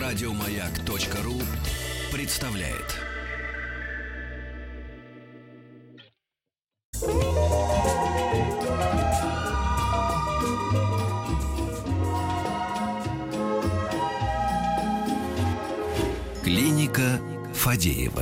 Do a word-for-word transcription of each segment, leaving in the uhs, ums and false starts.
Радиомаяк.ру представляет. Клиника Фадеева.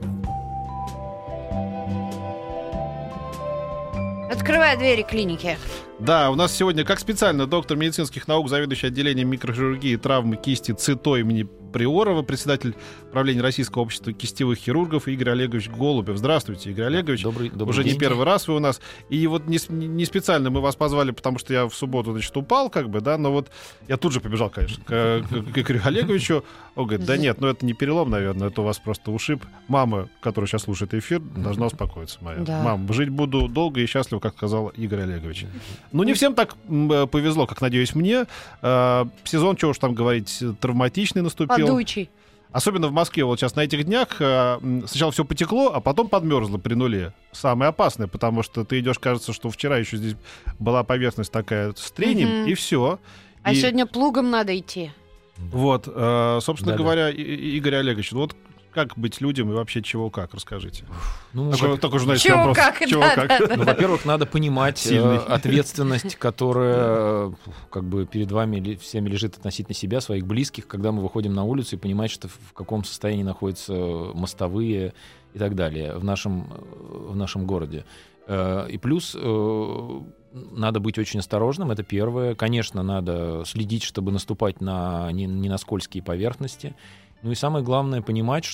Открывай двери клиники. Да, у нас сегодня, как специально, доктор медицинских наук, заведующий отделением микрохирургии и травмы кисти ЦИТО имени Приорова, председатель правления Российского общества кистевых хирургов Игорь Олегович Голубев. Здравствуйте, Игорь Олегович. Добрый, добрый Уже день. не первый раз вы у нас. И вот не, не специально мы вас позвали, потому что я в субботу, значит, упал, как бы, да, но вот я тут же побежал, конечно, к, к, к Игорю Олеговичу. Он говорит, да нет, ну это не перелом, наверное, это у вас просто ушиб. Мама, которая сейчас слушает эфир, должна успокоиться моя. Да. Мам, жить буду долго и счастливо, как сказал Игорь Олегович. Ну, не всем так м, повезло, как, надеюсь, мне. Э, сезон, чего уж там говорить, травматичный наступил. Подуйчий. Особенно в Москве вот сейчас на этих днях э, сначала все потекло, а потом подмерзло при нуле. Самое опасное, потому что ты идешь, кажется, что вчера еще здесь была поверхность такая с трением, Мгм. и все. А и, сегодня плугом надо идти. Вот, э, собственно Да-да. говоря, И- И- Игорь Олегович, вот как быть людям и вообще чего как, расскажите. Ну, Такой, во- такой журналистский Чего вопрос. как, Чего да, как? да, да. ну, во-первых, надо понимать Сильный. э, ответственность, которая э, как бы перед вами ли- всеми лежит относительно себя, своих близких, когда мы выходим на улицу и понимать, что в в каком состоянии находятся мостовые и так далее в нашем, э, в нашем городе. Э, И плюс э, надо быть очень осторожным, это первое. Конечно, надо следить, чтобы наступать на, не, не на скользкие поверхности. Ну и самое главное понимать,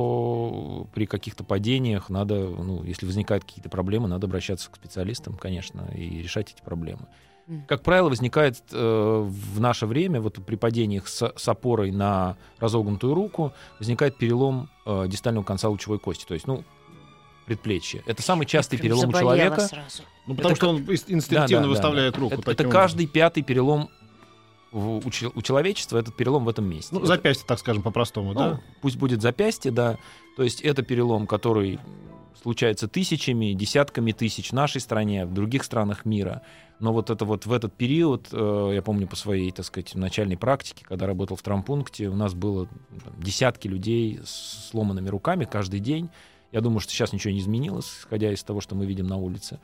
что при каких-то падениях надо, ну, если возникают какие-то проблемы, надо обращаться к специалистам, конечно, и решать эти проблемы. Мгм. Как правило, возникает э, в наше время, вот при падениях с, с опорой на разогнутую руку, возникает перелом э, дистального конца лучевой кости, то есть, ну, предплечье. Это самый частый Прям перелом у заболела человека. сразу. Ну, потому Это что он ис- инстинктивно Да, да, да, выставляет да. руку. Это, таким это образом. каждый пятый перелом в- у, че- у человечества, этот перелом в этом месте. Ну, Это- запястье, так скажем, по-простому, ну, да? пусть будет запястье, да. То есть это перелом, который случается тысячами, десятками тысяч в нашей стране, в других странах мира. Но вот это вот в этот период, э, я помню по своей, так сказать, начальной практике, когда работал в травмпункте, у нас было там, десятки людей с сломанными руками каждый день. Я думаю, что сейчас ничего не изменилось, исходя из того, что мы видим на улице.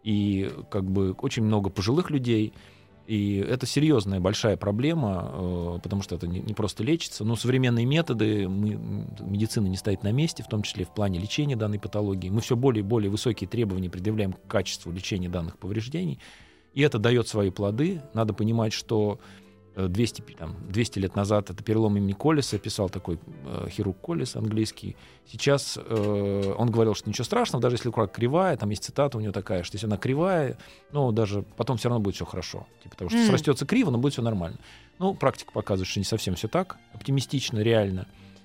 И как бы очень много пожилых людей. И это серьезная, большая проблема, э, потому что это не, не просто лечится. Но современные методы, мы, медицина не стоит на месте, в том числе в плане лечения данной патологии. Мы все более и более высокие требования предъявляем к качеству лечения данных повреждений. И это дает свои плоды. Надо понимать, что э, двести, там, двести лет назад это перелом имени Коллиса, писал такой э, хирург Коллис английский. Сейчас э, он говорил, что ничего страшного, даже если рука кривая, там есть цитата у него такая, что если она кривая, ну, даже потом все равно будет все хорошо. Типа того, что Мгм. срастется криво, но будет все нормально. Ну, практика показывает, что не совсем все так, оптимистично, реально.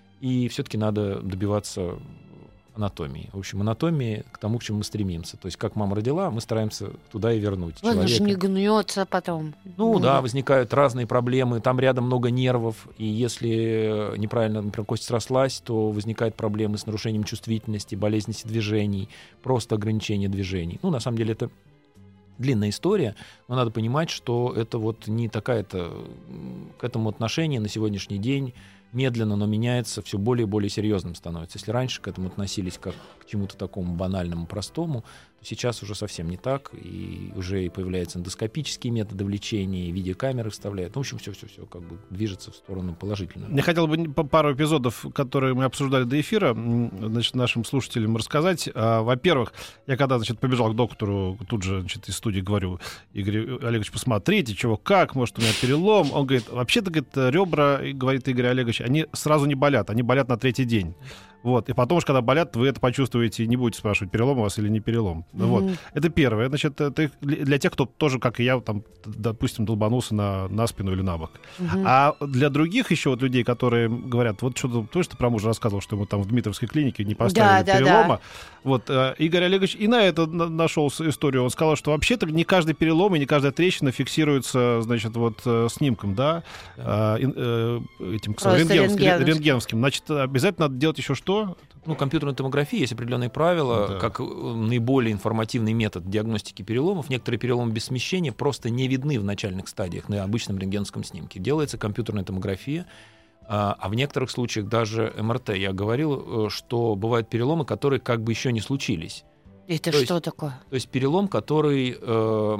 И все-таки надо добиваться анатомии. В общем, анатомии к тому, к чему мы стремимся. То есть, как мама родила, мы стараемся туда и вернуть Он же человека. не гнется потом. Ну да, возникают разные проблемы, там рядом много нервов, и если неправильно, например, кость срослась, то возникают проблемы с нарушением чувствительности, болезненности движений, просто ограничение движений. Ну, на самом деле, это длинная история, но надо понимать, что это вот не такая-то... м, К этому отношение на сегодняшний день медленно, но меняется, все более и более серьезным становится. Если раньше к этому относились как к чему-то такому банальному, простому, то сейчас уже совсем не так, и уже и появляются эндоскопические методы в лечении, и видеокамеры вставляют. Ну, в общем, все-все-все как бы движется в сторону положительного. Я хотел бы по- пару эпизодов, которые мы обсуждали до эфира, м, значит, нашим слушателям рассказать. А, Во-первых, я когда, значит, побежал к доктору, тут же, значит, из студии говорю, Игорь Олегович, посмотрите, чего как, может, у меня перелом. Он говорит, вообще-то, говорит, ребра, и говорит Игорь Олегович, они сразу не болят, они болят на третий день. Вот. И потом уж, когда болят, вы это почувствуете и не будете спрашивать, перелом у вас или не перелом. Мгм. Вот. Это первое. Значит, это для тех, кто тоже, как и я, там, допустим, долбанулся на, на спину или на бок. Мгм. А для других еще вот людей, которые говорят, вот что-то, то, что про мужа рассказывал, что ему там в Дмитровской клинике не поставили Да, да, перелома. Вот, э, Игорь Олегович и на это на- нашел с- историю. Он сказал, что вообще-то не каждый перелом и не каждая трещина фиксируется, значит, вот э, снимком, да, Да. э, ин- э, этим Просто рентгеновским, рентгеновским. рентгеновским. Значит, обязательно надо делать еще что? Ну, компьютерной томографии есть определенные правила, Да. как э, наиболее информативный метод диагностики переломов. Некоторые переломы без смещения просто не видны в начальных стадиях на обычном рентгеновском снимке. Делается компьютерная томография, А, а в некоторых случаях даже эм эр тэ. Я говорил, что бывают переломы, которые как бы еще не случились. Это То что есть, такое? То есть перелом, который э,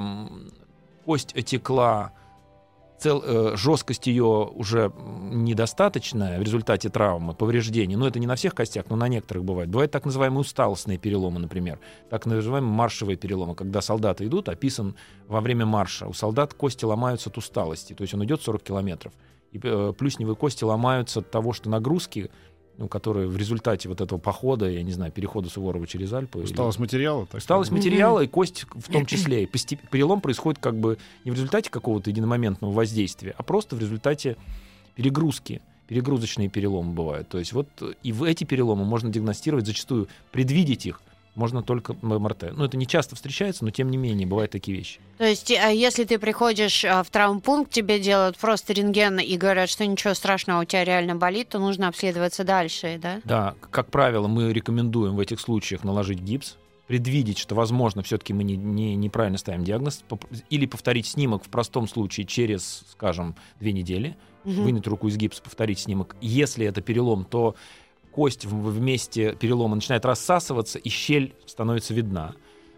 кость отекла, цел, э, жесткость ее уже недостаточная в результате травмы, повреждений. Но это не на всех костях, но на некоторых бывает. Бывают так называемые усталостные переломы, например. Так называемые маршевые переломы, когда солдаты идут, описан во время марша. У солдат кости ломаются от усталости. То есть он идет сорок километров. И э, плюсневые кости ломаются от того, что нагрузки, ну, которые в результате вот этого похода, я не знаю, перехода Суворова через Альпы. Усталость или... материала? Так Усталость материала и кость в том числе. И постеп... перелом происходит как бы не в результате какого-то единомоментного воздействия, а просто в результате перегрузки. Перегрузочные переломы бывают. То есть вот и в эти переломы можно диагностировать, зачастую предвидеть их можно только в эм эр тэ. Ну, это не часто встречается, но тем не менее бывают такие вещи. То есть, если ты приходишь в травмпункт, тебе делают просто рентген и говорят, что ничего страшного, у тебя реально болит, то нужно обследоваться дальше, да? Да, как правило, мы рекомендуем в этих случаях наложить гипс, предвидеть, что, возможно, все-таки мы не, не, неправильно ставим диагноз, или повторить снимок в простом случае через, скажем, две недели, угу. вынуть руку из гипса, повторить снимок. Если это перелом, то кость в месте перелома начинает рассасываться, и щель становится видна.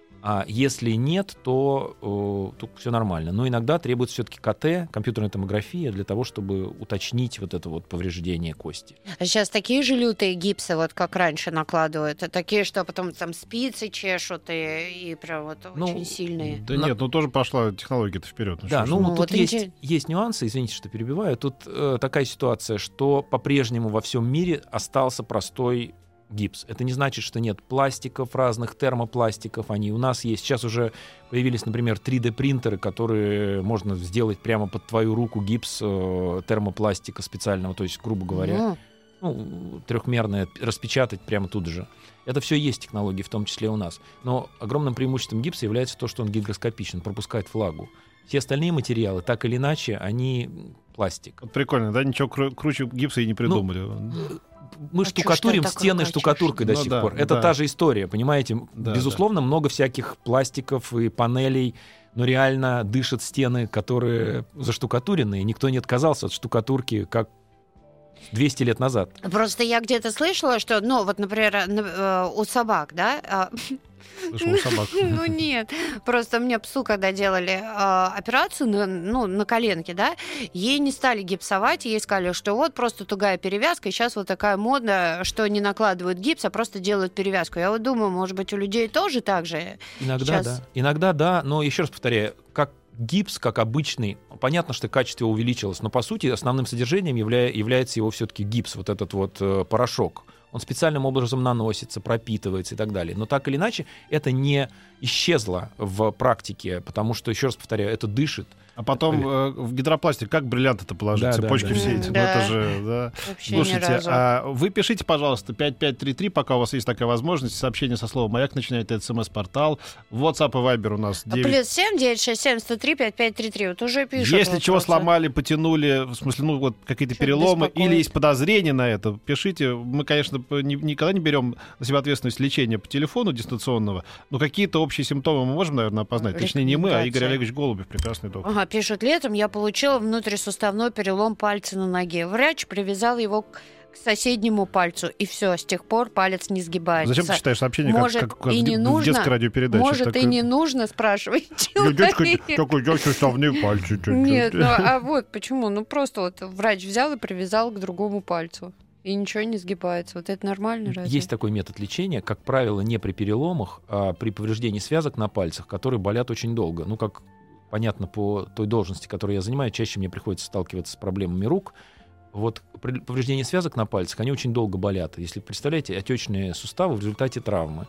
А если нет, то, э, то все нормально. Но иногда требуется все-таки ка тэ, компьютерная томография, для того, чтобы уточнить вот это вот повреждение кости. А сейчас такие же лютые гипсы, вот как раньше накладывают, а такие, что потом там спицы чешут и, и прям вот ну, очень сильные. Да На... нет, ну тоже пошла технология-то вперед. Ну, да, ну, ну тут вот есть, интерес... есть нюансы, извините, что перебиваю. Тут э, такая ситуация, что по-прежнему во всем мире остался простой гипс. Это не значит, что нет пластиков разных, термопластиков. Они у нас есть. Сейчас уже появились, например, три дэ принтеры, которые можно сделать прямо под твою руку гипс э, термопластика специального, то есть, грубо говоря, mm. ну, трехмерное, распечатать прямо тут же. Это все есть технологии, в том числе у нас. Но огромным преимуществом гипса является то, что он гигроскопичен, пропускает влагу. Все остальные материалы, так или иначе, они пластик. Вот прикольно, да? Ничего кру- круче гипса и не придумали. Ну, мы а штукатурим что, что стены такое, штукатуркой ну, до сих да, пор. Это да. та же история, понимаете? Да, Безусловно, да. много всяких пластиков и панелей, но реально дышат стены, которые заштукатурены, и никто не отказался от штукатурки, как двести лет назад. Просто я где-то слышала, что, ну, вот, например, у собак, да, Слышал, у собак. Ну нет, просто мне псу, когда делали э, операцию на, ну, на коленке, да, ей не стали гипсовать, ей сказали, что вот просто тугая перевязка, и сейчас вот такая мода, что не накладывают гипс, а просто делают перевязку. Я вот думаю, может быть, у людей тоже так же. Иногда сейчас... да, иногда да, но еще раз повторяю, как гипс, как обычный, понятно, что качество увеличилось, но по сути основным содержанием явля... является его все-таки гипс, вот этот вот э, порошок. Он специальным образом наносится, пропитывается и так далее. Но так или иначе, это не исчезло в практике, потому что, еще раз повторяю, это дышит. А потом э, в гидропластик как бриллиант это положить? Да, Цепочки да, да. все эти. Да. Ну это же, да. Вообще Слушайте, а вы пишите, пожалуйста, пять пять три три, пока у вас есть такая возможность. Сообщение со словом «Маяк» начинает СМС-портал. WhatsApp и Viber у нас девять. Плюс семь девять шесть семь сто три пять пять три три. Вот уже пишут. Если вот чего просто. сломали, потянули, в смысле, ну вот какие-то Что-то переломы, беспокоит. или есть подозрения на это, пишите. Мы, конечно, ни- никогда не берем на себя ответственность лечения по телефону дистанционного, но какие-то общие симптомы мы можем, наверное, опознать. Точнее, не мы, а Игорь Рекомендация. Олегович Голубев, прекрасный доктор. Ага, пишут, летом я получила внутрисуставной перелом пальца на ноге. Врач привязал его к к соседнему пальцу, и все, с тех пор палец не сгибается. Зачем ты читаешь сообщение, Может, как, как, как и в, не в нужно, детской радиопередаче? Может, Так, и не нужно, спрашивает человек. такой, я суставные пальцы. чуть-чуть. Нет, ну а вот почему? Ну просто вот врач взял и привязал к другому пальцу. И ничего не сгибается. Вот это нормально, разве? Есть такой метод лечения, как правило, не при переломах, а при повреждении связок на пальцах, которые болят очень долго. Ну, как понятно по той должности, которой я занимаю, чаще мне приходится сталкиваться с проблемами рук. Вот при повреждении связок на пальцах, они очень долго болят. Если представляете, отечные суставы в результате травмы.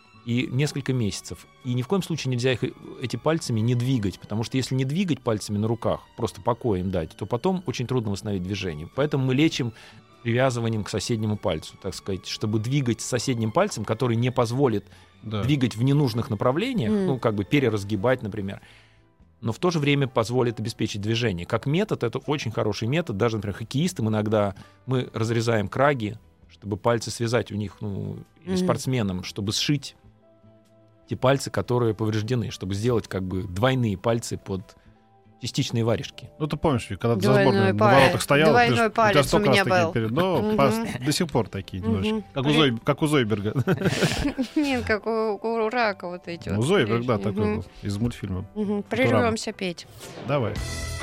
И несколько месяцев. И ни в коем случае нельзя их эти пальцами не двигать, потому что если не двигать пальцами на руках, просто покой им дать, то потом очень трудно восстановить движение. Поэтому мы лечим привязыванием к соседнему пальцу, так сказать, чтобы двигать с соседним пальцем, который не позволит Да. двигать в ненужных направлениях, Mm. ну, как бы переразгибать, например, но в то же время позволит обеспечить движение. Как метод, это очень хороший метод. Даже, например, хоккеистам иногда мы разрезаем краги, чтобы пальцы связать у них, ну, или Mm. спортсменам, чтобы сшить те пальцы, которые повреждены, чтобы сделать как бы двойные пальцы под частичные варежки. Ну, ты помнишь, когда ты за Двойной сборную на палец. воротах стоял, Двойной ты ж- у тебя палец столько у меня раз такие был. перед- но Мгм. по- до сих пор такие Мгм. немножечко. Как у, Зой- как у Зойберга. Нет, как у, у рака вот эти У вот. Зойберг, да, Мгм. такой был, из мультфильма. Мгм. Прервемся петь. Давай.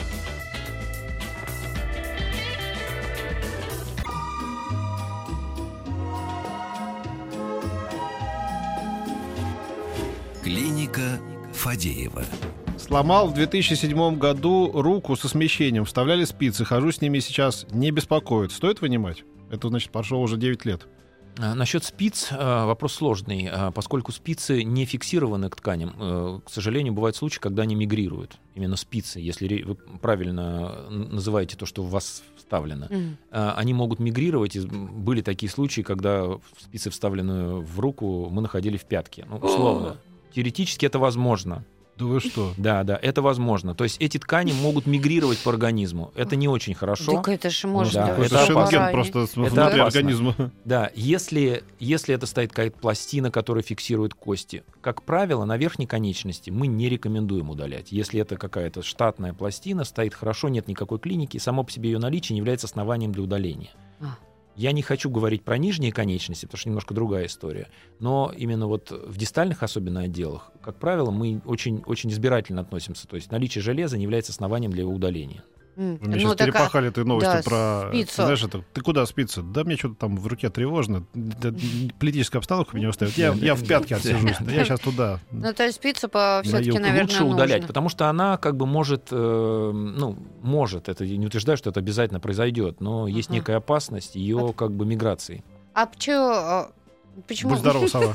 Клиника Фадеева. Сломал в две тысячи седьмом году руку со смещением. Вставляли спицы. Хожу с ними сейчас. Не беспокоит. Стоит вынимать? Это, значит, прошло уже девять лет. А, Насчет спиц а, вопрос сложный, а, поскольку спицы не фиксированы к тканям. э, К сожалению, бывают случаи, когда они мигрируют. Именно спицы, если ре- вы правильно н- называете то, что в вас вставлено. Мгм. А, Они могут мигрировать. И были такие случаи, когда спицы, вставленную в руку, мы находили в пятке. Ну, условно. Теоретически это возможно. Да вы что? Да, да, это возможно. То есть эти ткани могут мигрировать по организму. Это не очень хорошо. Так это же может да, Какой-то это шенген опасно. просто с- Это внутри опасно. организма. Да, если, если это стоит какая-то пластина, которая фиксирует кости, как правило, на верхней конечности мы не рекомендуем удалять. Если это какая-то штатная пластина, стоит хорошо, нет никакой клиники, само по себе ее наличие не является основанием для удаления. А. Я не хочу говорить про нижние конечности, потому что немножко другая история. Но именно вот в дистальных особенно отделах, как правило, мы очень, очень избирательно относимся. То есть наличие железа не является основанием для его удаления. М. Вы меня Ну, сейчас так, а- перепахали этой новостью да, про... спицу. Знаешь, это, ты куда спица? Да мне что-то там в руке тревожно. Да, политическая обстановка меня устраивает. Я, я в пятке отсижусь. Да я сейчас туда. Ну, то есть спицу по все-таки, Моё наверное, Лучше удалять, нужно. потому что она как бы может, э, ну, может, это я не утверждаю, что это обязательно произойдет, но есть Ага. некая опасность ее как бы миграции. А почему... Почему? Будь здоров, сова.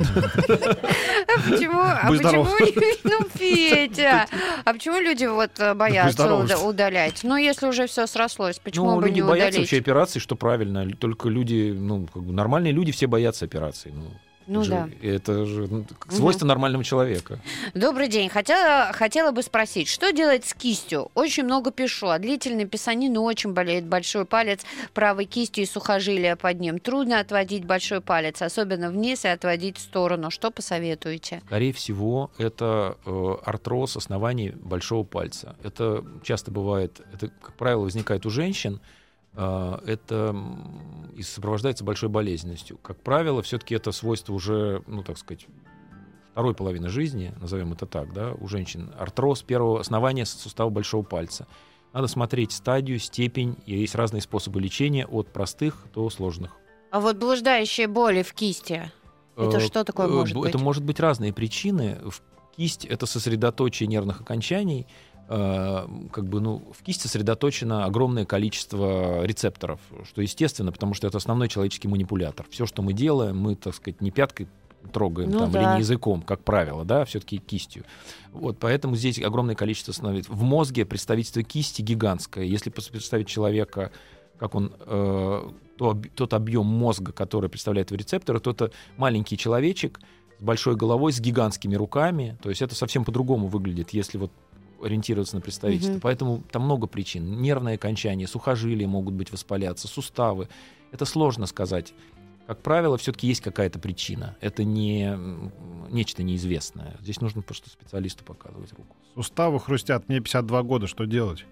А почему? А Будь здоров. почему? Ну, Петя, а почему люди вот э, боятся здоров. уда- удалять? Ну, если уже все срослось, почему Ну, бы люди не боятся удалить? вообще операций, что правильно, только люди, ну, как бы нормальные люди все боятся операций. Ну, Ну же- да. Это же ну, как свойство нормального человека. Добрый день. Хотела, хотела бы спросить, что делать с кистью? Очень много пишу. От длительной писанины очень болеет большой палец правой кистью и сухожилия под ним. Трудно отводить большой палец, особенно вниз, и отводить в сторону. Что посоветуете? Скорее всего, это э, артроз оснований большого пальца. Это часто бывает, это, как правило, возникает у женщин. э, Это м, и сопровождается большой болезненностью. Как правило, все-таки это свойство уже, ну, так сказать, второй половины жизни, назовем это так, да, у женщин. Артроз первого основания сустава большого пальца. Надо смотреть стадию, степень, и есть разные способы лечения, от простых до сложных. А вот блуждающие боли в кисти. Это Э, что такое э, может б- быть? Это может быть разные причины. В кисть — это сосредоточие нервных окончаний. Э, Как бы, ну, в кисти сосредоточено огромное количество рецепторов, что естественно, потому что это основной человеческий манипулятор. Все, что мы делаем, мы, так сказать, не пяткой трогаем Ну там, да. или не языком, как правило, да, все-таки кистью. Вот, поэтому здесь огромное количество становится. В мозге представительство кисти гигантское. Если пос- представить человека, как он, э, то об- тот объем мозга, который представляет его рецепторы, то это маленький человечек с большой головой, с гигантскими руками. То есть это совсем по-другому выглядит, если вот ориентироваться на представительство. Мгм. Поэтому там много причин. Нервные окончания, сухожилия могут быть воспаляться, суставы. Это сложно сказать. Как правило, все-таки есть какая-то причина. Это не м, нечто неизвестное. Здесь нужно просто специалисту показывать руку. Суставы хрустят. Мне пятьдесят два года. Что делать?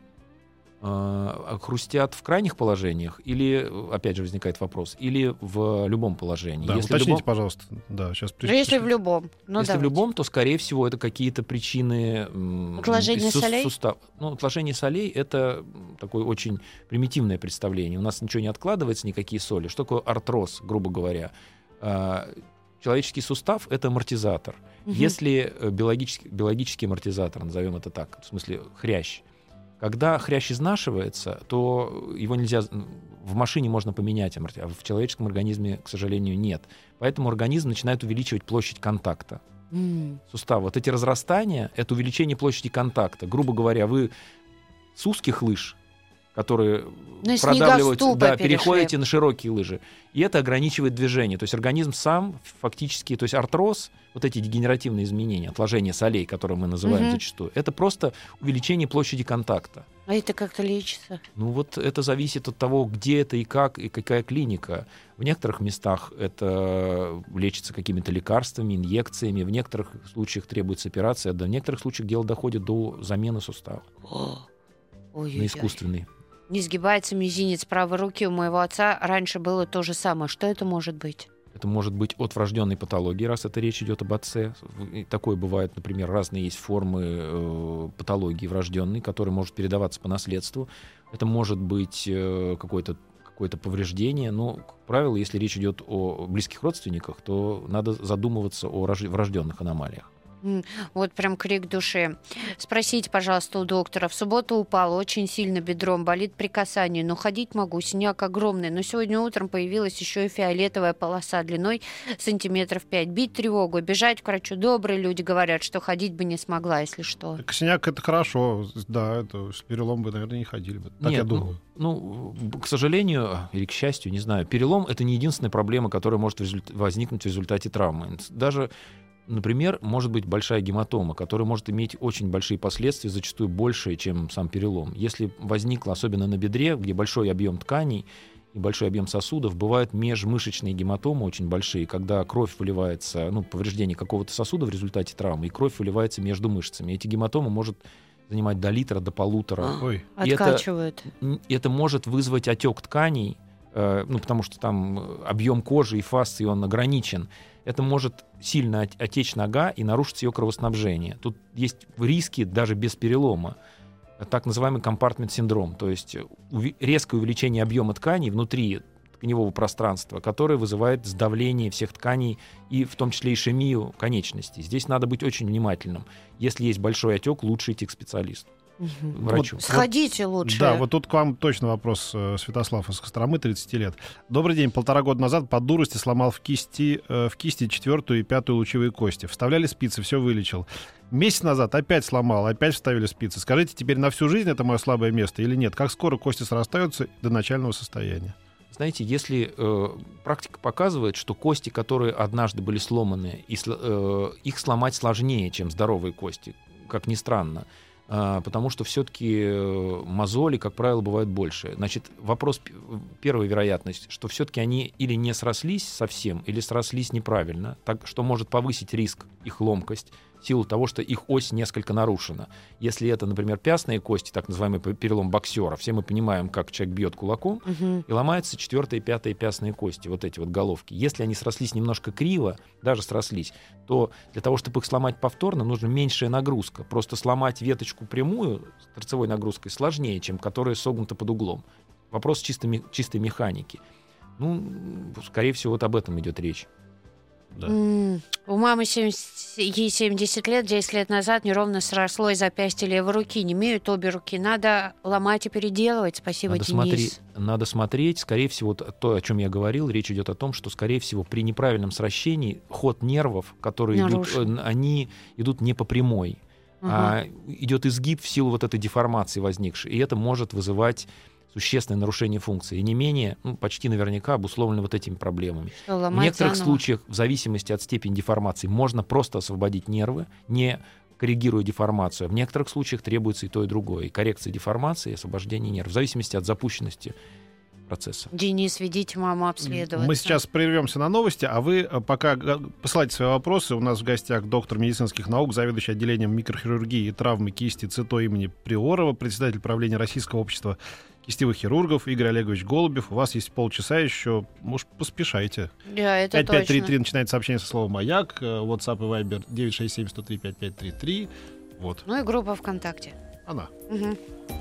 А, хрустят в крайних положениях или, опять же, возникает вопрос, или в любом положении? Да, Если в уточните, любом- пожалуйста. Да, сейчас Ну, если в любом. Ну, Если в давайте. любом, то, скорее всего, это какие-то причины... м, Отложение из сус- солей? сустав- Ну, отложение солей — это м, такое очень примитивное представление. У нас ничего не откладывается, никакие соли. Что такое артроз, грубо говоря? А, Человеческий сустав — это амортизатор. Мгм. Если э, биологический, биологический амортизатор, назовем это так, в смысле хрящ, когда хрящ изнашивается, то его нельзя... В машине можно поменять амортизатор, а в человеческом организме, к сожалению, нет. Поэтому организм начинает увеличивать площадь контакта М. сустава. Вот эти разрастания — это увеличение площади контакта. Грубо говоря, вы с узких лыж которые Ну, из продавливаются, снегоступа да, перешли. переходите на широкие лыжи. И это ограничивает движение. То есть организм сам фактически, то есть артроз, вот эти дегенеративные изменения, отложения солей, которые мы называем Мгм. зачастую, это просто увеличение площади контакта. А это как-то лечится? Ну вот это зависит от того, где это и как, и какая клиника. В некоторых местах это лечится какими-то лекарствами, инъекциями, в некоторых случаях требуется операция, да в некоторых случаях дело доходит до замены сустава Ой-ой-ой. на искусственный. Не сгибается мизинец правой руки. У моего отца раньше было то же самое. Что это может быть? Это может быть от врожденной патологии, раз это речь идет об отце. И такое бывает, например, разные есть формы э, патологии врожденной, которая может передаваться по наследству. Это может быть э, какое-то, какое-то повреждение. Но, как правило, если речь идет о близких родственниках, то надо задумываться о рож- врожденных аномалиях. М, Вот прям крик души. Спросите, пожалуйста, у доктора. В субботу упал очень сильно бедром, болит при касании, но ходить могу, синяк огромный. Но сегодня утром появилась еще и фиолетовая полоса длиной сантиметров пять. Бить тревогу, бежать к врачу. Добрые люди говорят, что ходить бы не смогла, если что. Так синяк — это хорошо. Да, это с перелом бы, наверное, не ходили бы. Так Нет, я ну, думаю. Ну, к сожалению, или к счастью, не знаю, перелом — это не единственная проблема, которая может результ- возникнуть в результате травмы. Даже, например, может быть большая гематома, которая может иметь очень большие последствия, зачастую большие, чем сам перелом. Если возникла, особенно на бедре, где большой объем тканей и большой объем сосудов, бывают межмышечные гематомы очень большие, когда кровь выливается, ну, повреждение какого-то сосуда в результате травмы, и кровь выливается между мышцами. Эти гематомы может занимать до литра, до полутора. Ой. И это- Откачивают. Н- Это может вызвать отек тканей, э, ну, потому что там объем кожи и фасции, он ограничен. Это может сильно от- отечь нога и нарушить ее кровоснабжение. Тут есть риски даже без перелома. Так называемый компартмент-синдром, то есть уви- резкое увеличение объема тканей внутри тканевого пространства, которое вызывает сдавление всех тканей и в том числе ишемию конечностей. Здесь надо быть очень внимательным. Если есть большой отек, лучше идти к специалисту, Мгм. врачу. Сходите лучше. Да, вот тут к вам точно вопрос, э, Святослав из Костромы, тридцать лет. Добрый день. Полтора года назад по дурости сломал в кисти, э, в кисти четвертую и пятую лучевые кости. Вставляли спицы, все вылечил. Месяц назад опять сломал, опять вставили спицы. Скажите, теперь на всю жизнь это мое слабое место или нет? Как скоро кости срастаются до начального состояния? Знаете, если э, практика показывает, что кости, которые однажды были сломаны, и, сло- э, их сломать сложнее, чем здоровые кости, как ни странно, э, потому что все-таки э, мозоли, как правило, бывают больше. Значит, вопрос, п- первая вероятность, что все-таки они или не срослись совсем, или срослись неправильно, так, что может повысить риск их ломкость, в силу того, что их ось несколько нарушена. Если это, например, пястные кости, так называемый перелом боксера, все мы понимаем, как человек бьет кулаком, Мгм. и ломаются четвертая и пятая пястные кости, вот эти вот головки. Если они срослись немножко криво, даже срослись, то для того, чтобы их сломать повторно, нужна меньшая нагрузка. Просто сломать веточку прямую с торцевой нагрузкой сложнее, чем которая согнута под углом. Вопрос чисто, ме- чистой механики. Ну, скорее всего, вот об этом идет речь. Да. М, У мамы семьдесят, ей семьдесят лет, десять лет назад неровно срослось запястье левой руки. Не имеют обе руки. Надо ломать и переделывать. Спасибо, Надо, Денис. смотреть, надо смотреть, скорее всего, т- то, о чем я говорил, речь идет о том, что, скорее всего, при неправильном сращении ход нервов, которые идут, Нарушен. э, они идут не по прямой, Ага. а идет изгиб в силу вот этой деформации возникшей, и это может вызывать существенное нарушение функции. И не менее, ну, почти наверняка обусловлено вот этими проблемами. Что, В ломать некоторых заново? случаях, в зависимости от степени деформации, можно просто освободить нервы, не коррегируя деформацию. А в некоторых случаях требуется и то, и другое. И коррекция деформации, и освобождение нервов, в зависимости от запущенности процесса. Денис, ведите маму обследоваться. Мы сейчас прервемся на новости, а вы э, пока г- посылайте свои вопросы. У нас в гостях доктор медицинских наук, заведующий отделением микрохирургии и травмы кисти ЦИТО имени Приорова, председатель правления Российского общества кистевых хирургов Игорь Олегович Голубев. У вас есть полчаса еще, может, поспешайте. Да, это пять пять три точно. три начинает сообщение со словом «Маяк», э, WhatsApp и Viber девять шесть семь сто три пять пять три три. Вот, Ну и группа ВКонтакте. она. Мгм.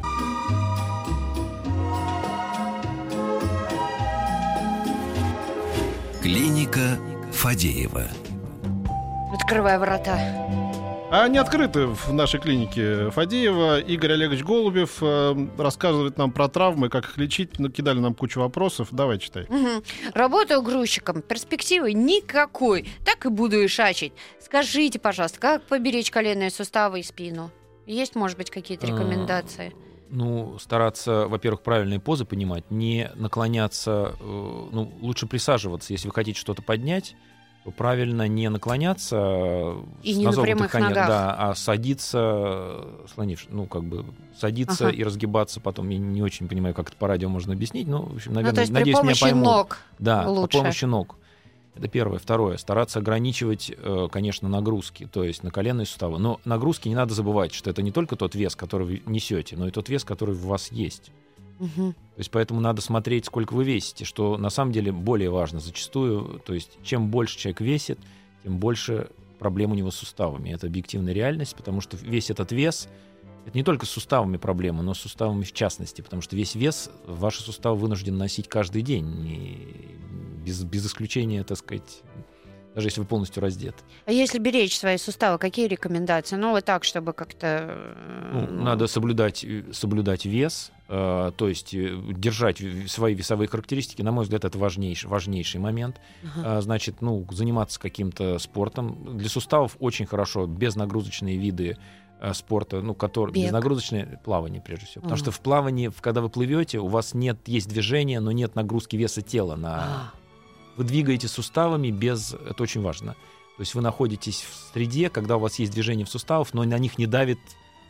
Клиника Фадеева. Открывай врата. А они открыты в нашей клинике Фадеева. Игорь Олегович Голубев э, рассказывает нам про травмы, как их лечить. Накидали нам кучу вопросов. Давай, читай. Мгм. Работаю грузчиком. Перспективы никакой. Так и буду ишачить. Скажите, пожалуйста, как поберечь коленные суставы и спину? Есть, может быть, какие-то А, рекомендации? Ну, стараться, во-первых, правильные позы понимать, не наклоняться, э, ну, лучше присаживаться. Если вы хотите что-то поднять, то правильно не наклоняться И с не на назогнутых прямых коленях, ногах. да, а садиться, слонившись, ну, как бы садиться Ага. и разгибаться потом. Я не очень понимаю, как это по радио можно объяснить, но, в общем, Ну, наверное, то есть при надеюсь, меня помощи поймут. ног Да, лучше. по помощи ног. Это первое. Второе. Стараться ограничивать, э, конечно, нагрузки, то есть на коленные суставы. Но нагрузки не надо забывать, что это не только тот вес, который вы несете, но и тот вес, который в вас есть. Мгм. То есть поэтому надо смотреть, сколько вы весите, что на самом деле более важно зачастую. То есть чем больше человек весит, тем больше проблем у него с суставами. Это объективная реальность, потому что весь этот вес — это не только с суставами проблема, но с суставами в частности, потому что весь вес ваши суставы вынуждены носить каждый день, и без, без исключения, так сказать, даже если вы полностью раздеты. А если беречь свои суставы, какие рекомендации? Ну, вот так, чтобы как-то... Ну, э, надо соблюдать, э, соблюдать вес, э, то есть э, держать в- свои весовые характеристики. На мой взгляд, это важнейший, важнейший момент. Ага. А, значит, ну, заниматься каким-то спортом. Для суставов очень хорошо безнагрузочные виды э, спорта, ну, которые Бег. безнагрузочное плавание, прежде всего. Потому Ага. что в плавании, в- когда вы плывете, у вас нет, есть движение, но нет нагрузки веса тела на... А, Вы двигаете суставами без... Это очень важно. То есть вы находитесь в среде, когда у вас есть движение в суставах, но на них не давит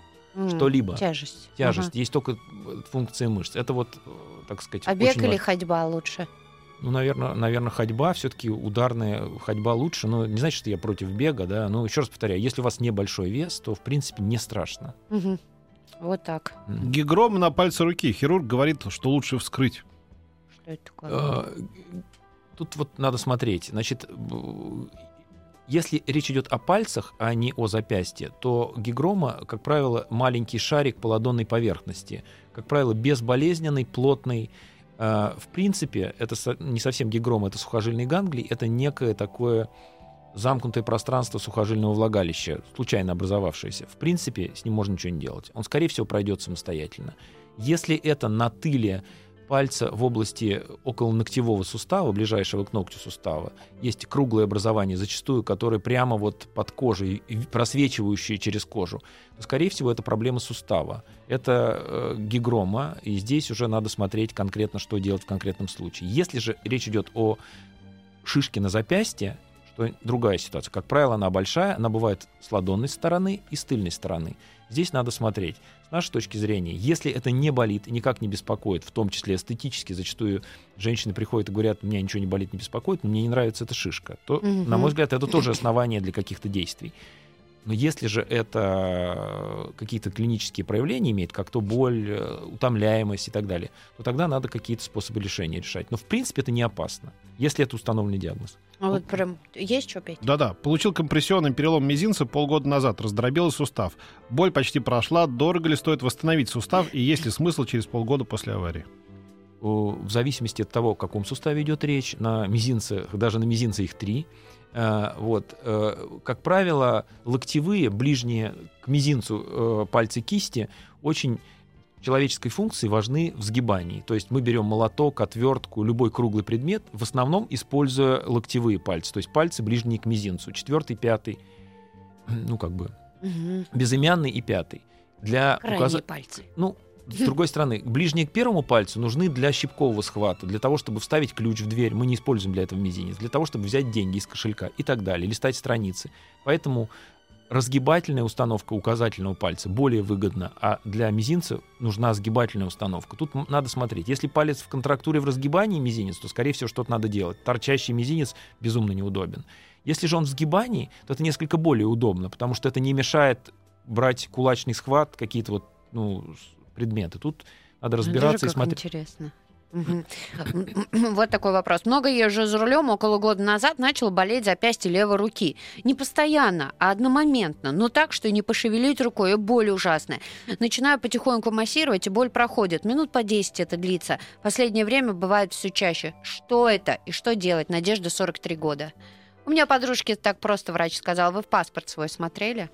м, что-либо. Тяжесть. тяжесть. Ага. Есть только э, функция мышц. Это вот, э, так сказать, А бег очень или важно. ходьба лучше? Ну, наверное, наверное, ходьба, все-таки ударная ходьба лучше. Но не значит, что я против бега, да. Но еще раз повторяю, если у вас небольшой вес, то, в принципе, не страшно. Мгм. Вот так. М. Гигрома на пальце руки. Хирург говорит, что лучше вскрыть. Что это такое? Э, Тут вот надо смотреть. Значит, б- если речь идет о пальцах, а не о запястье, то гигрома, как правило, маленький шарик по ладонной поверхности. Как правило, безболезненный, плотный. Э, В принципе, это со- не совсем гигрома, это сухожильный ганглий. Это некое такое замкнутое пространство сухожильного влагалища, случайно образовавшееся. В принципе, с ним можно ничего не делать. Он, скорее всего, пройдет самостоятельно. Если это на тыле пальца в области околоногтевого сустава, ближайшего к ногтю сустава, есть круглое образование, зачастую, которое прямо вот под кожей, и просвечивающее через кожу, то, скорее всего, это проблема сустава. Это э, гигрома, и здесь уже надо смотреть конкретно, что делать в конкретном случае. Если же речь идет о шишке на запястье, что другая ситуация. Как правило, она большая, она бывает с ладонной стороны и с тыльной стороны. Здесь надо смотреть. С нашей точки зрения, если это не болит и никак не беспокоит, в том числе эстетически, зачастую женщины приходят и говорят, у меня ничего не болит, не беспокоит, но мне не нравится эта шишка, то, Мгм. на мой взгляд, это тоже основание для каких-то действий. Но если же это какие-то клинические проявления имеет, как то боль, э, утомляемость и так далее, то тогда надо какие-то способы лечения решать. Но, в принципе, это не опасно, если это установленный диагноз. А вот прям есть что петь? Да-да, получил компрессионный перелом мизинца полгода назад, раздробил сустав. Боль почти прошла, дорого ли стоит восстановить сустав и есть ли смысл через полгода после аварии? О, В зависимости от того, о каком суставе идет речь, на мизинцах, даже на мизинце их три. Э, Вот. э, Как правило, локтевые, ближние к мизинцу э, пальцы кисти очень человеческой функции важны в сгибании. То есть мы берем молоток, отвертку, любой круглый предмет, в основном используя локтевые пальцы, то есть пальцы ближние к мизинцу, четвертый, пятый, ну как бы Мгм. безымянный и пятый. Для Крайние указа- пальцы. Ну, с другой стороны, ближние к первому пальцу нужны для щипкового схвата, для того, чтобы вставить ключ в дверь. Мы не используем для этого мизинец, для того, чтобы взять деньги из кошелька и так далее, листать страницы. Поэтому разгибательная установка указательного пальца более выгодна, а для мизинца нужна сгибательная установка. Тут м- надо смотреть. Если палец в контрактуре в разгибании мизинец, то, скорее всего, что-то надо делать. Торчащий мизинец безумно неудобен. Если же он в сгибании, то это несколько более удобно, потому что это не мешает брать кулачный схват, какие-то вот, ну, с- предметы. Тут надо разбираться и Даже как смотреть. интересно. Мгм. Вот такой вопрос. Много езжу за рулем. Около года назад начал болеть запястье левой руки. Не постоянно, а одномоментно. Но так, что не пошевелить рукой, и боль ужасная. Начинаю потихоньку массировать, и боль проходит. Минут по десять это длится. Последнее время бывает все чаще. Что это и что делать? Надежда, сорок три года. У меня подружке так просто врач сказал. Вы в паспорт свой смотрели?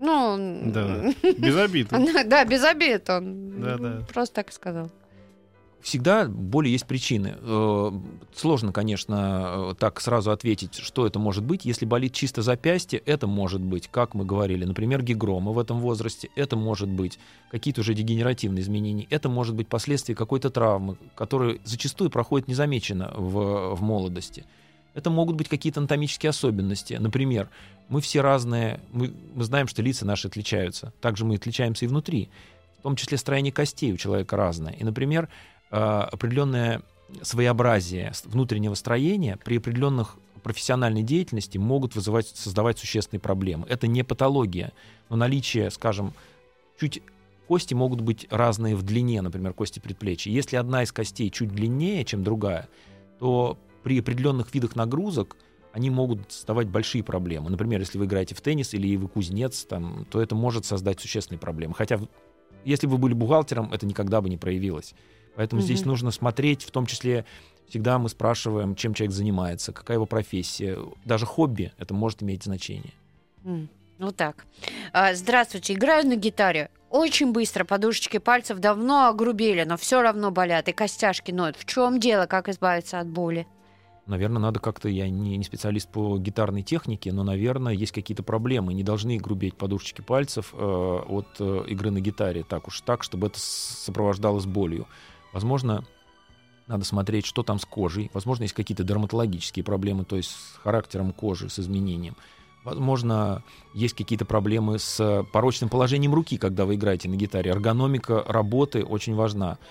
Ну, Да, без обид. да, без обид он Да-да. просто так и сказал. Всегда боли есть причины. Сложно, конечно, так сразу ответить, что это может быть. Если болит чисто запястье, это может быть, как мы говорили, например, гигрома в этом возрасте, это может быть какие-то уже дегенеративные изменения, это может быть последствия какой-то травмы, которая зачастую проходит незамеченно в, в молодости. Это могут быть какие-то анатомические особенности. Например, мы все разные, мы, мы знаем, что лица наши отличаются. Также мы отличаемся и внутри. В том числе строение костей у человека разное. И, например, определенное своеобразие внутреннего строения при определенных профессиональной деятельности могут вызывать, создавать существенные проблемы. Это не патология, но наличие, скажем, чуть кости могут быть разные в длине, например, кости предплечья. Если одна из костей чуть длиннее, чем другая, то при определенных видах нагрузок они могут создавать большие проблемы. Например, если вы играете в теннис или вы кузнец, там, то это может создать существенные проблемы. Хотя, если бы вы были бухгалтером, это никогда бы не проявилось. Поэтому mm-hmm. здесь нужно смотреть, в том числе всегда мы спрашиваем, чем человек занимается, какая его профессия. Даже хобби это может иметь значение. Mm. Вот так. А, здравствуйте, играю на гитаре. Очень быстро подушечки пальцев давно огрубели, но все равно болят, и костяшки ноют. В чем дело, как избавиться от боли? Наверное, надо как-то, я не, не специалист по гитарной технике, но, наверное, есть какие-то проблемы. Не должны грубеть подушечки пальцев э, от э, игры на гитаре так уж так, чтобы это сопровождалось болью. Возможно, надо смотреть, что там с кожей. Возможно, есть какие-то дерматологические проблемы, то есть с характером кожи, с изменением. Возможно, есть какие-то проблемы с порочным положением руки, когда вы играете на гитаре. Эргономика работы очень важна.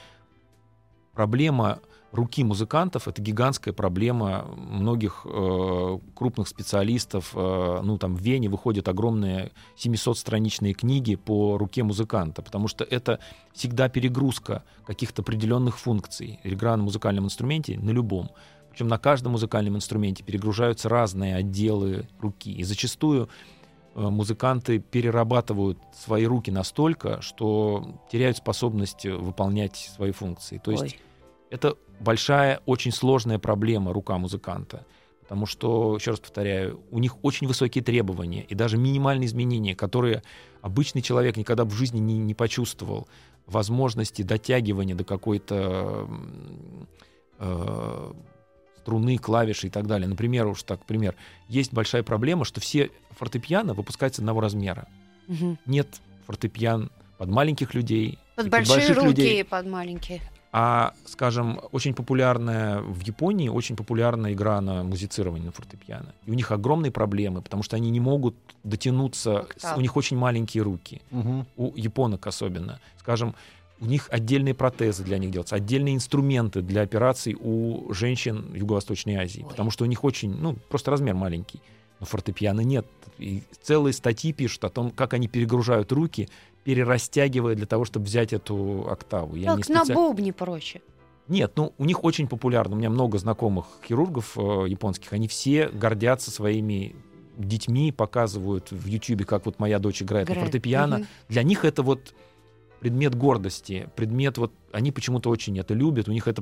Проблема руки музыкантов — это гигантская проблема многих э, крупных специалистов. Э, ну, там в Вене выходят огромные семисотстраничные книги по руке музыканта, потому что это всегда перегрузка каких-то определенных функций. Игра на музыкальном инструменте, на любом. Причем на каждом музыкальном инструменте перегружаются разные отделы руки. И зачастую э, музыканты перерабатывают свои руки настолько, что теряют способность выполнять свои функции. То есть Ой. это большая, очень сложная проблема рука музыканта. Потому что, еще раз повторяю, у них очень высокие требования. И даже минимальные изменения, которые обычный человек никогда в жизни не, не почувствовал. Возможности дотягивания до какой-то э, струны, клавиши и так далее. Например, уж так, пример. Есть большая проблема, что все фортепиано выпускаются одного размера. Угу. Нет фортепиан под маленьких людей. Под большие руки людей. Под маленькие. А, скажем, очень популярная в Японии, очень популярная игра на музицирование на фортепиано. И у них огромные проблемы, потому что они не могут дотянуться, с, у них очень маленькие руки, угу. у японок особенно. Скажем, у них отдельные протезы для них делаются, отдельные инструменты для операций у женщин Юго-Восточной Азии, Ой. потому что у них очень, ну, просто размер маленький. Но фортепиано нет. И целые статьи пишут о том, как они перегружают руки, перерастягивая для того, чтобы взять эту октаву. Я так, не специ... на бубне проще. Нет, ну, у них очень популярно. У меня много знакомых хирургов э, японских. Они все гордятся своими детьми, показывают в Ютьюбе, как вот моя дочь играет Играет. на фортепиано. Угу. Для них это вот предмет гордости, предмет вот... Они почему-то очень это любят, у них это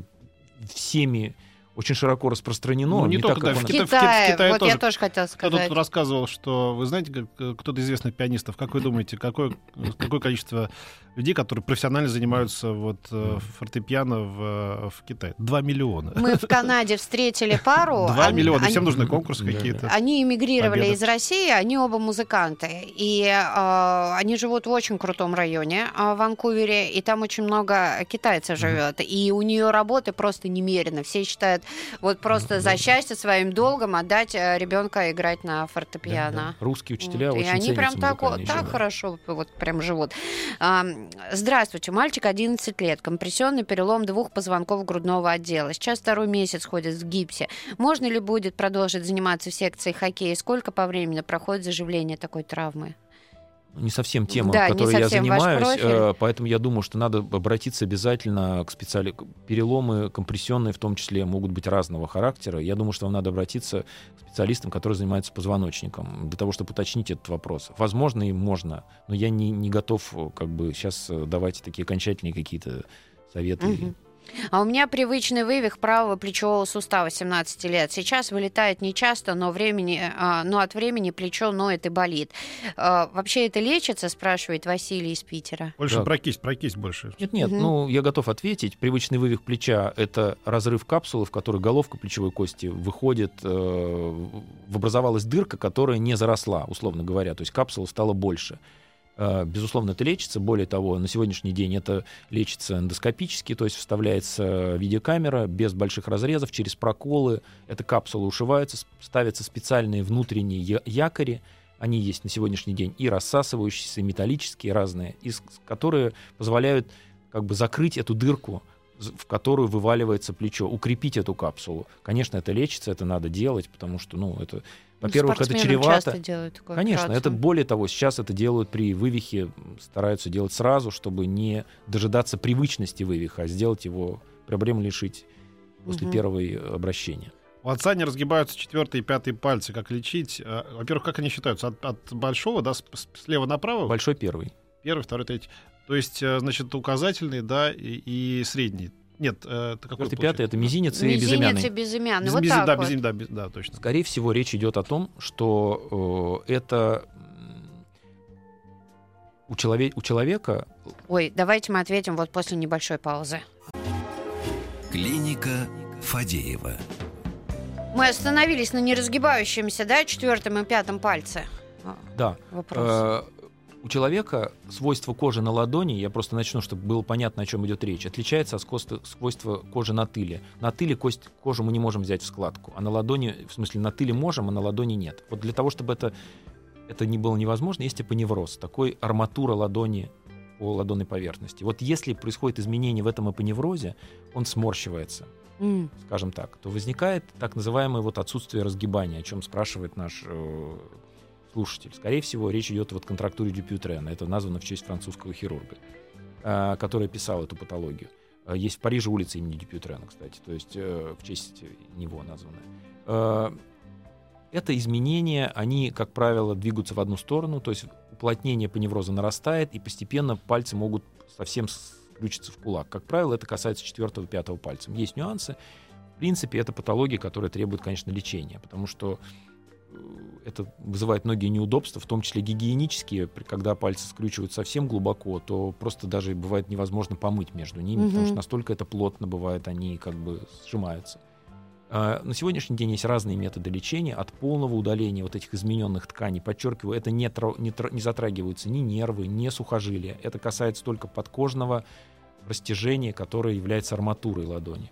всеми очень широко распространено. Ну, не, не только, так, да, в Китае, Китае, в Китае вот тоже. я тоже хотела сказать. Кто-то рассказывал, что, вы знаете, как, кто-то известных пианистов, как вы думаете, какое, какое количество людей, которые профессионально занимаются вот, фортепиано в, в Китае? Два миллиона. Мы в Канаде встретили пару. Два миллиона. Всем нужны конкурсы какие-то. Они эмигрировали из России, они оба музыканты. И э, они живут в очень крутом районе э, в Ванкувере, и там очень много китайцев живет. И у нее работы просто немерено. Все считают, вот просто за счастье своим долгом отдать ребенка играть на фортепиано. Да, да. Русские учителя вот. очень ценятся. И они прям так, так живут. хорошо вот прям живут. Здравствуйте, мальчик одиннадцать лет, компрессионный перелом двух позвонков грудного отдела. Сейчас второй месяц ходит в гипсе. Можно ли будет продолжить заниматься в секции хоккея? Сколько по времени проходит заживление такой травмы? Не совсем тема, да, которой я занимаюсь, поэтому я думаю, что надо обратиться обязательно к специалисту. Переломы компрессионные в том числе могут быть разного характера. Я думаю, что вам надо обратиться к специалистам, которые занимаются позвоночником, для того, чтобы уточнить этот вопрос. Возможно и можно, но я не, не готов как бы сейчас давать такие окончательные какие-то советы. Угу. А у меня привычный вывих правого плечевого сустава семнадцати лет. Сейчас вылетает нечасто, но, времени, а, но от времени плечо ноет и болит. А, вообще это лечится, спрашивает Василий из Питера. Больше Да. про кисть, про кисть больше. Нет, нет, Мгм. ну, я готов ответить. Привычный вывих плеча — это разрыв капсулы, в которой головка плечевой кости выходит, э, в- образовалась дырка, которая не заросла, условно говоря, то есть капсула стала больше. Э, Безусловно, это лечится. Более того, на сегодняшний день это лечится эндоскопически, то есть вставляется видеокамера без больших разрезов, через проколы. Эта капсула ушивается, с- ставятся специальные внутренние я- якори. Они есть на сегодняшний день и рассасывающиеся, и металлические разные, и с- которые позволяют как бы закрыть эту дырку, з- в которую вываливается плечо, укрепить эту капсулу. Конечно, это лечится, это надо делать, потому что, ну, это, во-первых, это Спортсменам чревато. часто делают такую Конечно, это операцию. более того, сейчас это делают при вывихе, м, стараются делать сразу, чтобы не дожидаться привычности вывиха, а сделать его, проблему решить после Мгм. первого обращения. У отца не разгибаются четвертый и пятый пальцы. Как лечить? А, Во-первых, как они считаются? От, от большого, да, с- с- слева направо? Большой первый. Первый, второй, третий. То есть, э, значит, указательный, да, и, и средний. Нет, э, это какой Четвертый, пятый — это получается? мизинец и Мизинец безымянный. и безымянный. Без- Вот без- так да, вот. безим- да, без- да, точно. Скорее всего, речь идет о том, что э, это м, у, челове- у человека Ой, давайте мы ответим вот после небольшой паузы. Клиника Фадеева. Мы остановились на неразгибающемся, да, четвертом и пятом пальце. А, да, Вопрос. Э, у человека свойство кожи на ладони, я просто начну, чтобы было понятно, о чем идет речь, отличается от свойства, свойства кожи на тыле. На тыле кость, кожу мы не можем взять в складку, а на ладони, в смысле на тыле можем, а на ладони нет. Вот для того, чтобы это, это не было невозможно, есть эпоневроз, такой арматура ладони по ладонной поверхности. Вот если происходит изменение в этом эпоневрозе, он сморщивается, М. скажем так, то возникает так называемое вот отсутствие разгибания, о чем спрашивает наш э, слушатель. Скорее всего, речь идет о вот контрактуре Дюпютрена. Это названо в честь французского хирурга, э, который описал эту патологию. Э, Есть в Париже улица имени Дюпютрена, кстати, то есть э, в честь него названа. Э, Это изменения, они, как правило, двигаются в одну сторону, то есть уплотнение поневроза нарастает, и постепенно пальцы могут совсем скрючиться в кулак. Как правило, это касается четвертого и пятого пальцев. Есть нюансы. В принципе, это патология, которая требует, конечно, лечения, потому что э, это вызывает многие неудобства, в том числе гигиенические. При- Когда пальцы скручивают совсем глубоко, то просто даже бывает невозможно помыть между ними, Мгм. потому что настолько это плотно бывает, они как бы сжимаются. А, На сегодняшний день есть разные методы лечения, от полного удаления вот этих измененных тканей. Подчеркиваю, это не, тро- не, тро- не затрагиваются ни нервы, ни сухожилия. Это касается только подкожного растяжения, которое является арматурой ладони.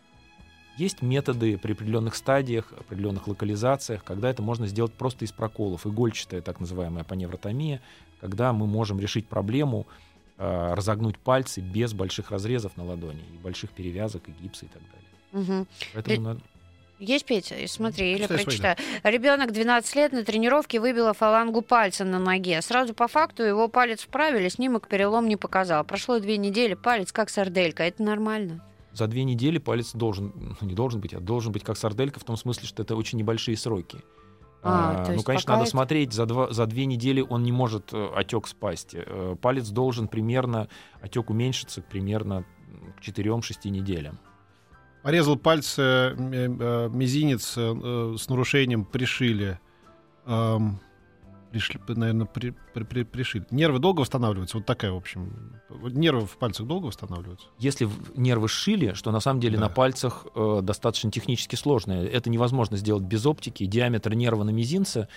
Есть методы при определенных стадиях, определенных локализациях, когда это можно сделать просто из проколов. Игольчатая так называемая апоневротомия, когда мы можем решить проблему, э, разогнуть пальцы без больших разрезов на ладони, и больших перевязок, и гипса и так далее. Мгм. Поэтому Э, надо- Есть, Петя? Смотри, или Читай свои, прочитаю. Ребенок двенадцать лет на тренировке выбила фалангу пальца на ноге. Сразу по факту его палец вправили, снимок перелом не показал. Прошло две недели, палец как сарделька. Это нормально? за две недели палец должен, ну, не должен быть, а должен быть как сарделька, в том смысле, что это очень небольшие сроки. А, то ну, есть конечно, пока надо это- смотреть, за, два, за две недели он не может э, отек спасть. Э, Палец должен примерно, отек уменьшиться примерно к четырем-шести неделям. Порезал пальцы, э, э, мизинец э, с нарушением пришили. Эм, пришли, наверное, при, при- при- пришили. Нервы долго восстанавливаются? Вот такая, в общем. Вот нервы в пальцах долго восстанавливаются? Если в- нервы сшили, что на самом деле Да. на пальцах э, достаточно технически сложно, это невозможно сделать без оптики. Диаметр нерва на мизинце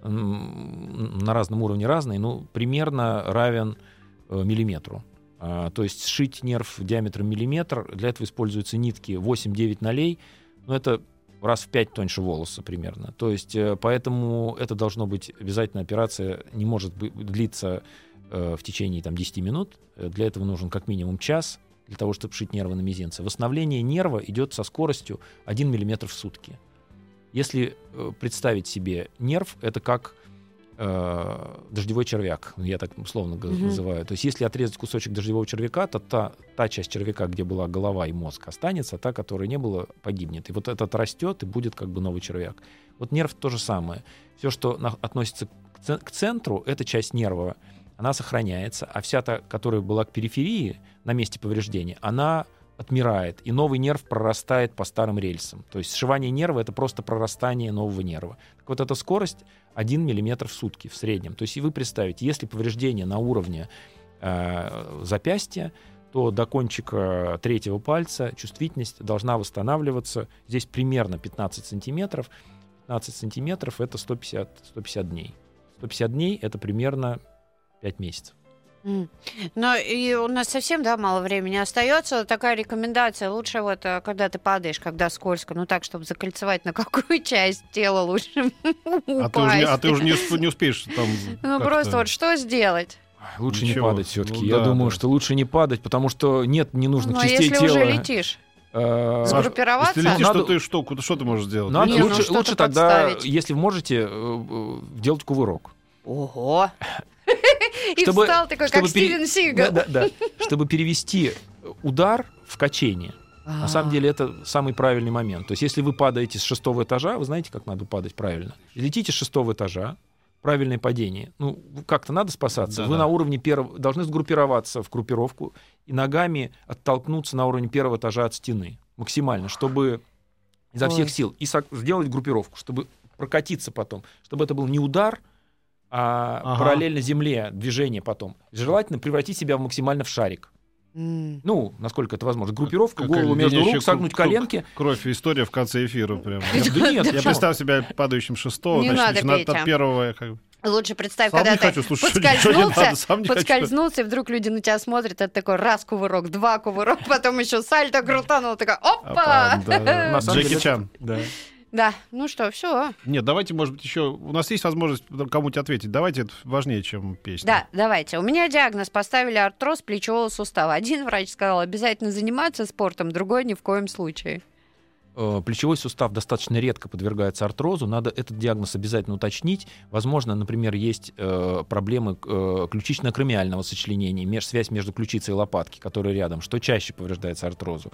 м, на разном уровне разный, ну, примерно равен э, миллиметру. А, то есть сшить нерв диаметром миллиметр, для этого используются нитки восемь-девять нолей, но это раз в пять тоньше волоса примерно. То есть э, поэтому это должно быть обязательно операция, не может быть, длиться э, в течение там, десяти минут. Э, Для этого нужен как минимум час, для того, чтобы сшить нервы на мизинце. Восстановление нерва идет со скоростью один миллиметр в сутки. Если э, представить себе нерв, это как э, дождевой червяк, я так условно г- Мгм. называю. То есть если отрезать кусочек дождевого червяка, то та, та часть червяка, где была голова и мозг, останется, а та, которой не было, погибнет. И вот этот растет, и будет как бы новый червяк. Вот нерв то же самое. Все, что на- относится к, ц- к центру, эта часть нерва, она сохраняется, а вся та, которая была к периферии, на месте повреждения, она отмирает, и новый нерв прорастает по старым рельсам. То есть сшивание нерва — это просто прорастание нового нерва. Так вот, эта скорость один миллиметр в сутки в среднем. То есть и вы представите, если повреждение на уровне э, запястья, то до кончика третьего пальца чувствительность должна восстанавливаться. Здесь примерно пятнадцать сантиметров. пятнадцать сантиметров — это сто пятьдесят, сто пятьдесят дней. сто пятьдесят дней — это примерно пять месяцев. Но и у нас совсем, да, мало времени остается. Такая рекомендация: лучше вот, когда ты падаешь, когда скользко, ну так, чтобы закольцевать, на какую часть тела лучше упасть. А ты уже, а ты уже не, усп- не успеешь там. Ну просто вот что сделать? Лучше Ничего. не падать все-таки. Ну, Я да, думаю, да. что лучше не падать, потому что нет ненужных Ну, частей если тела. уже летишь, Э, сгруппироваться? Если летишь, Надо- что ты что, куда- что ты можешь сделать? Надо Не, ну, лучше, что-то лучше тогда, подставить. если можете, э, э, делать кувырок. Ого! И Чтобы- встал такой, чтобы как пере- Стивен Сигал. Да, да, да. Чтобы перевести удар в качение. На самом деле это самый правильный момент. То есть если вы падаете с шестого этажа, вы знаете, как надо падать правильно? Летите с шестого этажа, правильное падение. Ну, как-то надо спасаться. Да-да. Вы на уровне первого должны сгруппироваться в группировку и ногами оттолкнуться на уровне первого этажа от стены максимально, чтобы изо Ой. всех сил. И со- сделать группировку, чтобы прокатиться потом. Чтобы это был не удар, а Ага. параллельно земле движение потом. Желательно превратить себя максимально в шарик. М. Ну, насколько это возможно. Группировка, Как голову между леденящая рук, согнуть круг- коленки. Кровь и история в конце эфира прям. Да нет, Я почему? представил себя падающим шестого, Не значит, надо, начинаю Петя. от первого. я как бы- Лучше представь, Сам когда не ты хочу, слушай, что- ничего не подскользнулся, надо, сам не хочу. подскользнулся, и вдруг люди на тебя смотрят, это такой раз кувырок, два кувырок, потом еще сальто крутанул, такой опа! Опа, да, да. На самом Джеки деле Чан. Да. Да, ну что, все. Нет, давайте, может быть, еще... У нас есть возможность кому-нибудь ответить. Давайте, это важнее, чем песня. Да, давайте. У меня диагноз поставили артроз плечевого сустава. Один врач сказал обязательно заниматься спортом, другой ни в коем случае. Э, Плечевой сустав достаточно редко подвергается артрозу. Надо этот диагноз обязательно уточнить. Возможно, например, есть э, проблемы э, ключично-акромиального сочленения, меж, связь между ключицей и лопаткой, которая рядом, что чаще повреждается артрозу.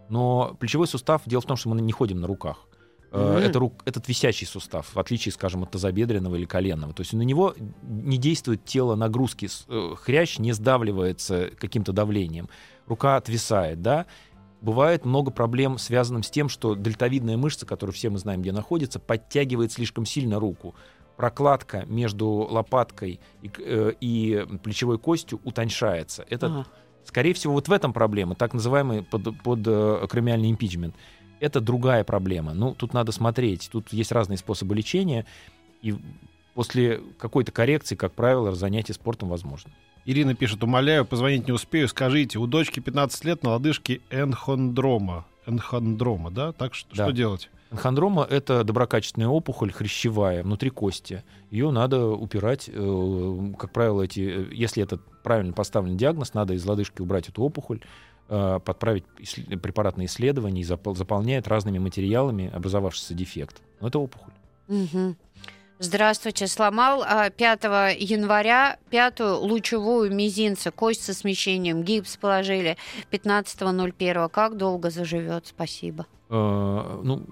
Но плечевой сустав, дело в том, что мы не ходим на руках. Э, Мгм. Это рук, этот висячий сустав, в отличие, скажем, от тазобедренного или коленного. То есть на него не действует тело нагрузки, с- э, хрящ не сдавливается каким-то давлением, рука отвисает, да. Бывает много проблем, связанных с тем, что дельтовидная мышца, которую все мы знаем, где находится, подтягивает слишком сильно руку. Прокладка между лопаткой и, к- э, и плечевой костью утоньшается. Это, Ага. скорее всего, вот в этом проблема, так называемый под, под э, акромиальный импичмент. Это другая проблема. Ну, тут надо смотреть. Тут есть разные способы лечения. И после какой-то коррекции, как правило, занятие спортом возможно. Ирина пишет: умоляю, позвонить не успею. Скажите, у дочки пятнадцать лет на лодыжке энхондрома. Энхондрома, да? Так что, Да. что делать? Энхондрома — это доброкачественная опухоль хрящевая внутри кости. Ее надо упирать, э, как правило, эти, э, если это правильно поставленный диагноз, надо из лодыжки убрать эту опухоль, э, подправить иссле- препаратные исследования и запол- заполняют разными материалами образовавшийся дефект. Но это опухоль. Мгм. Здравствуйте, сломал а, пятого января пятую лучевую мизинца, кость со смещением, гипс положили пятнадцатого ноль первого. Как долго заживет? Спасибо. Э, ну,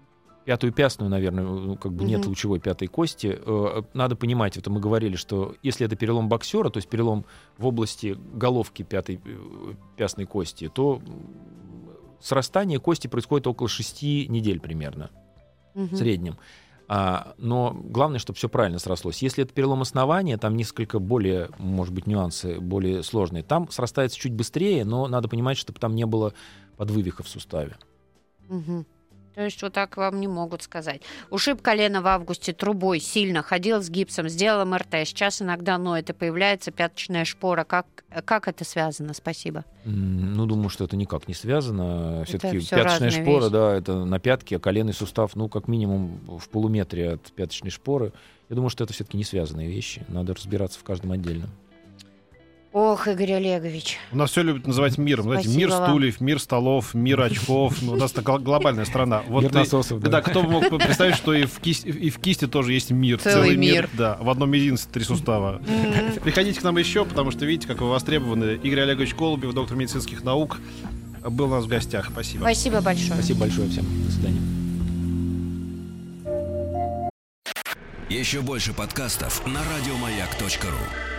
пятую пястную, наверное, ну, как бы нет Мгм. лучевой пятой кости. Э, надо понимать, это мы говорили, что если это перелом боксера, то есть перелом в области головки пятой э, пястной кости, то м, срастание кости происходит около шести недель примерно Мгм. в среднем. А, но главное, чтобы все правильно срослось. Если это перелом основания, там несколько более, может быть, нюансы более сложные. Там срастается чуть быстрее, но надо понимать, чтобы там не было подвывиха в суставе. Мгм. То есть вот так вам не могут сказать. Ушиб колено в августе трубой сильно, ходил с гипсом, сделал эм эр тэ. Сейчас иногда ноет и появляется пяточная шпора. Как, как это связано? Спасибо. М, Ну, думаю, что это никак не связано. Все-таки всё пяточная разные шпора, вещи. да, это на пятке, а коленный сустав, ну, как минимум в полуметре от пяточной шпоры. Я думаю, что это все-таки не связанные вещи. Надо разбираться в каждом отдельно. Ох, Игорь Олегович. У нас все любят называть миром. Знаете, Спасибо мир вам. стульев, мир столов, мир очков. Ну, у нас такая глобальная страна. Вот Мир и- насосов, да. Да, кто бы мог представить, что и в, кисти, и в кисти тоже есть мир. Целый мир. Да, в одном мизинце три сустава. М. Приходите к нам еще, потому что видите, как вы востребованы. Игорь Олегович Голубев, доктор медицинских наук, был у нас в гостях. Спасибо. Спасибо большое. Спасибо большое всем. До свидания. Еще больше подкастов на радиомаяк точка ру.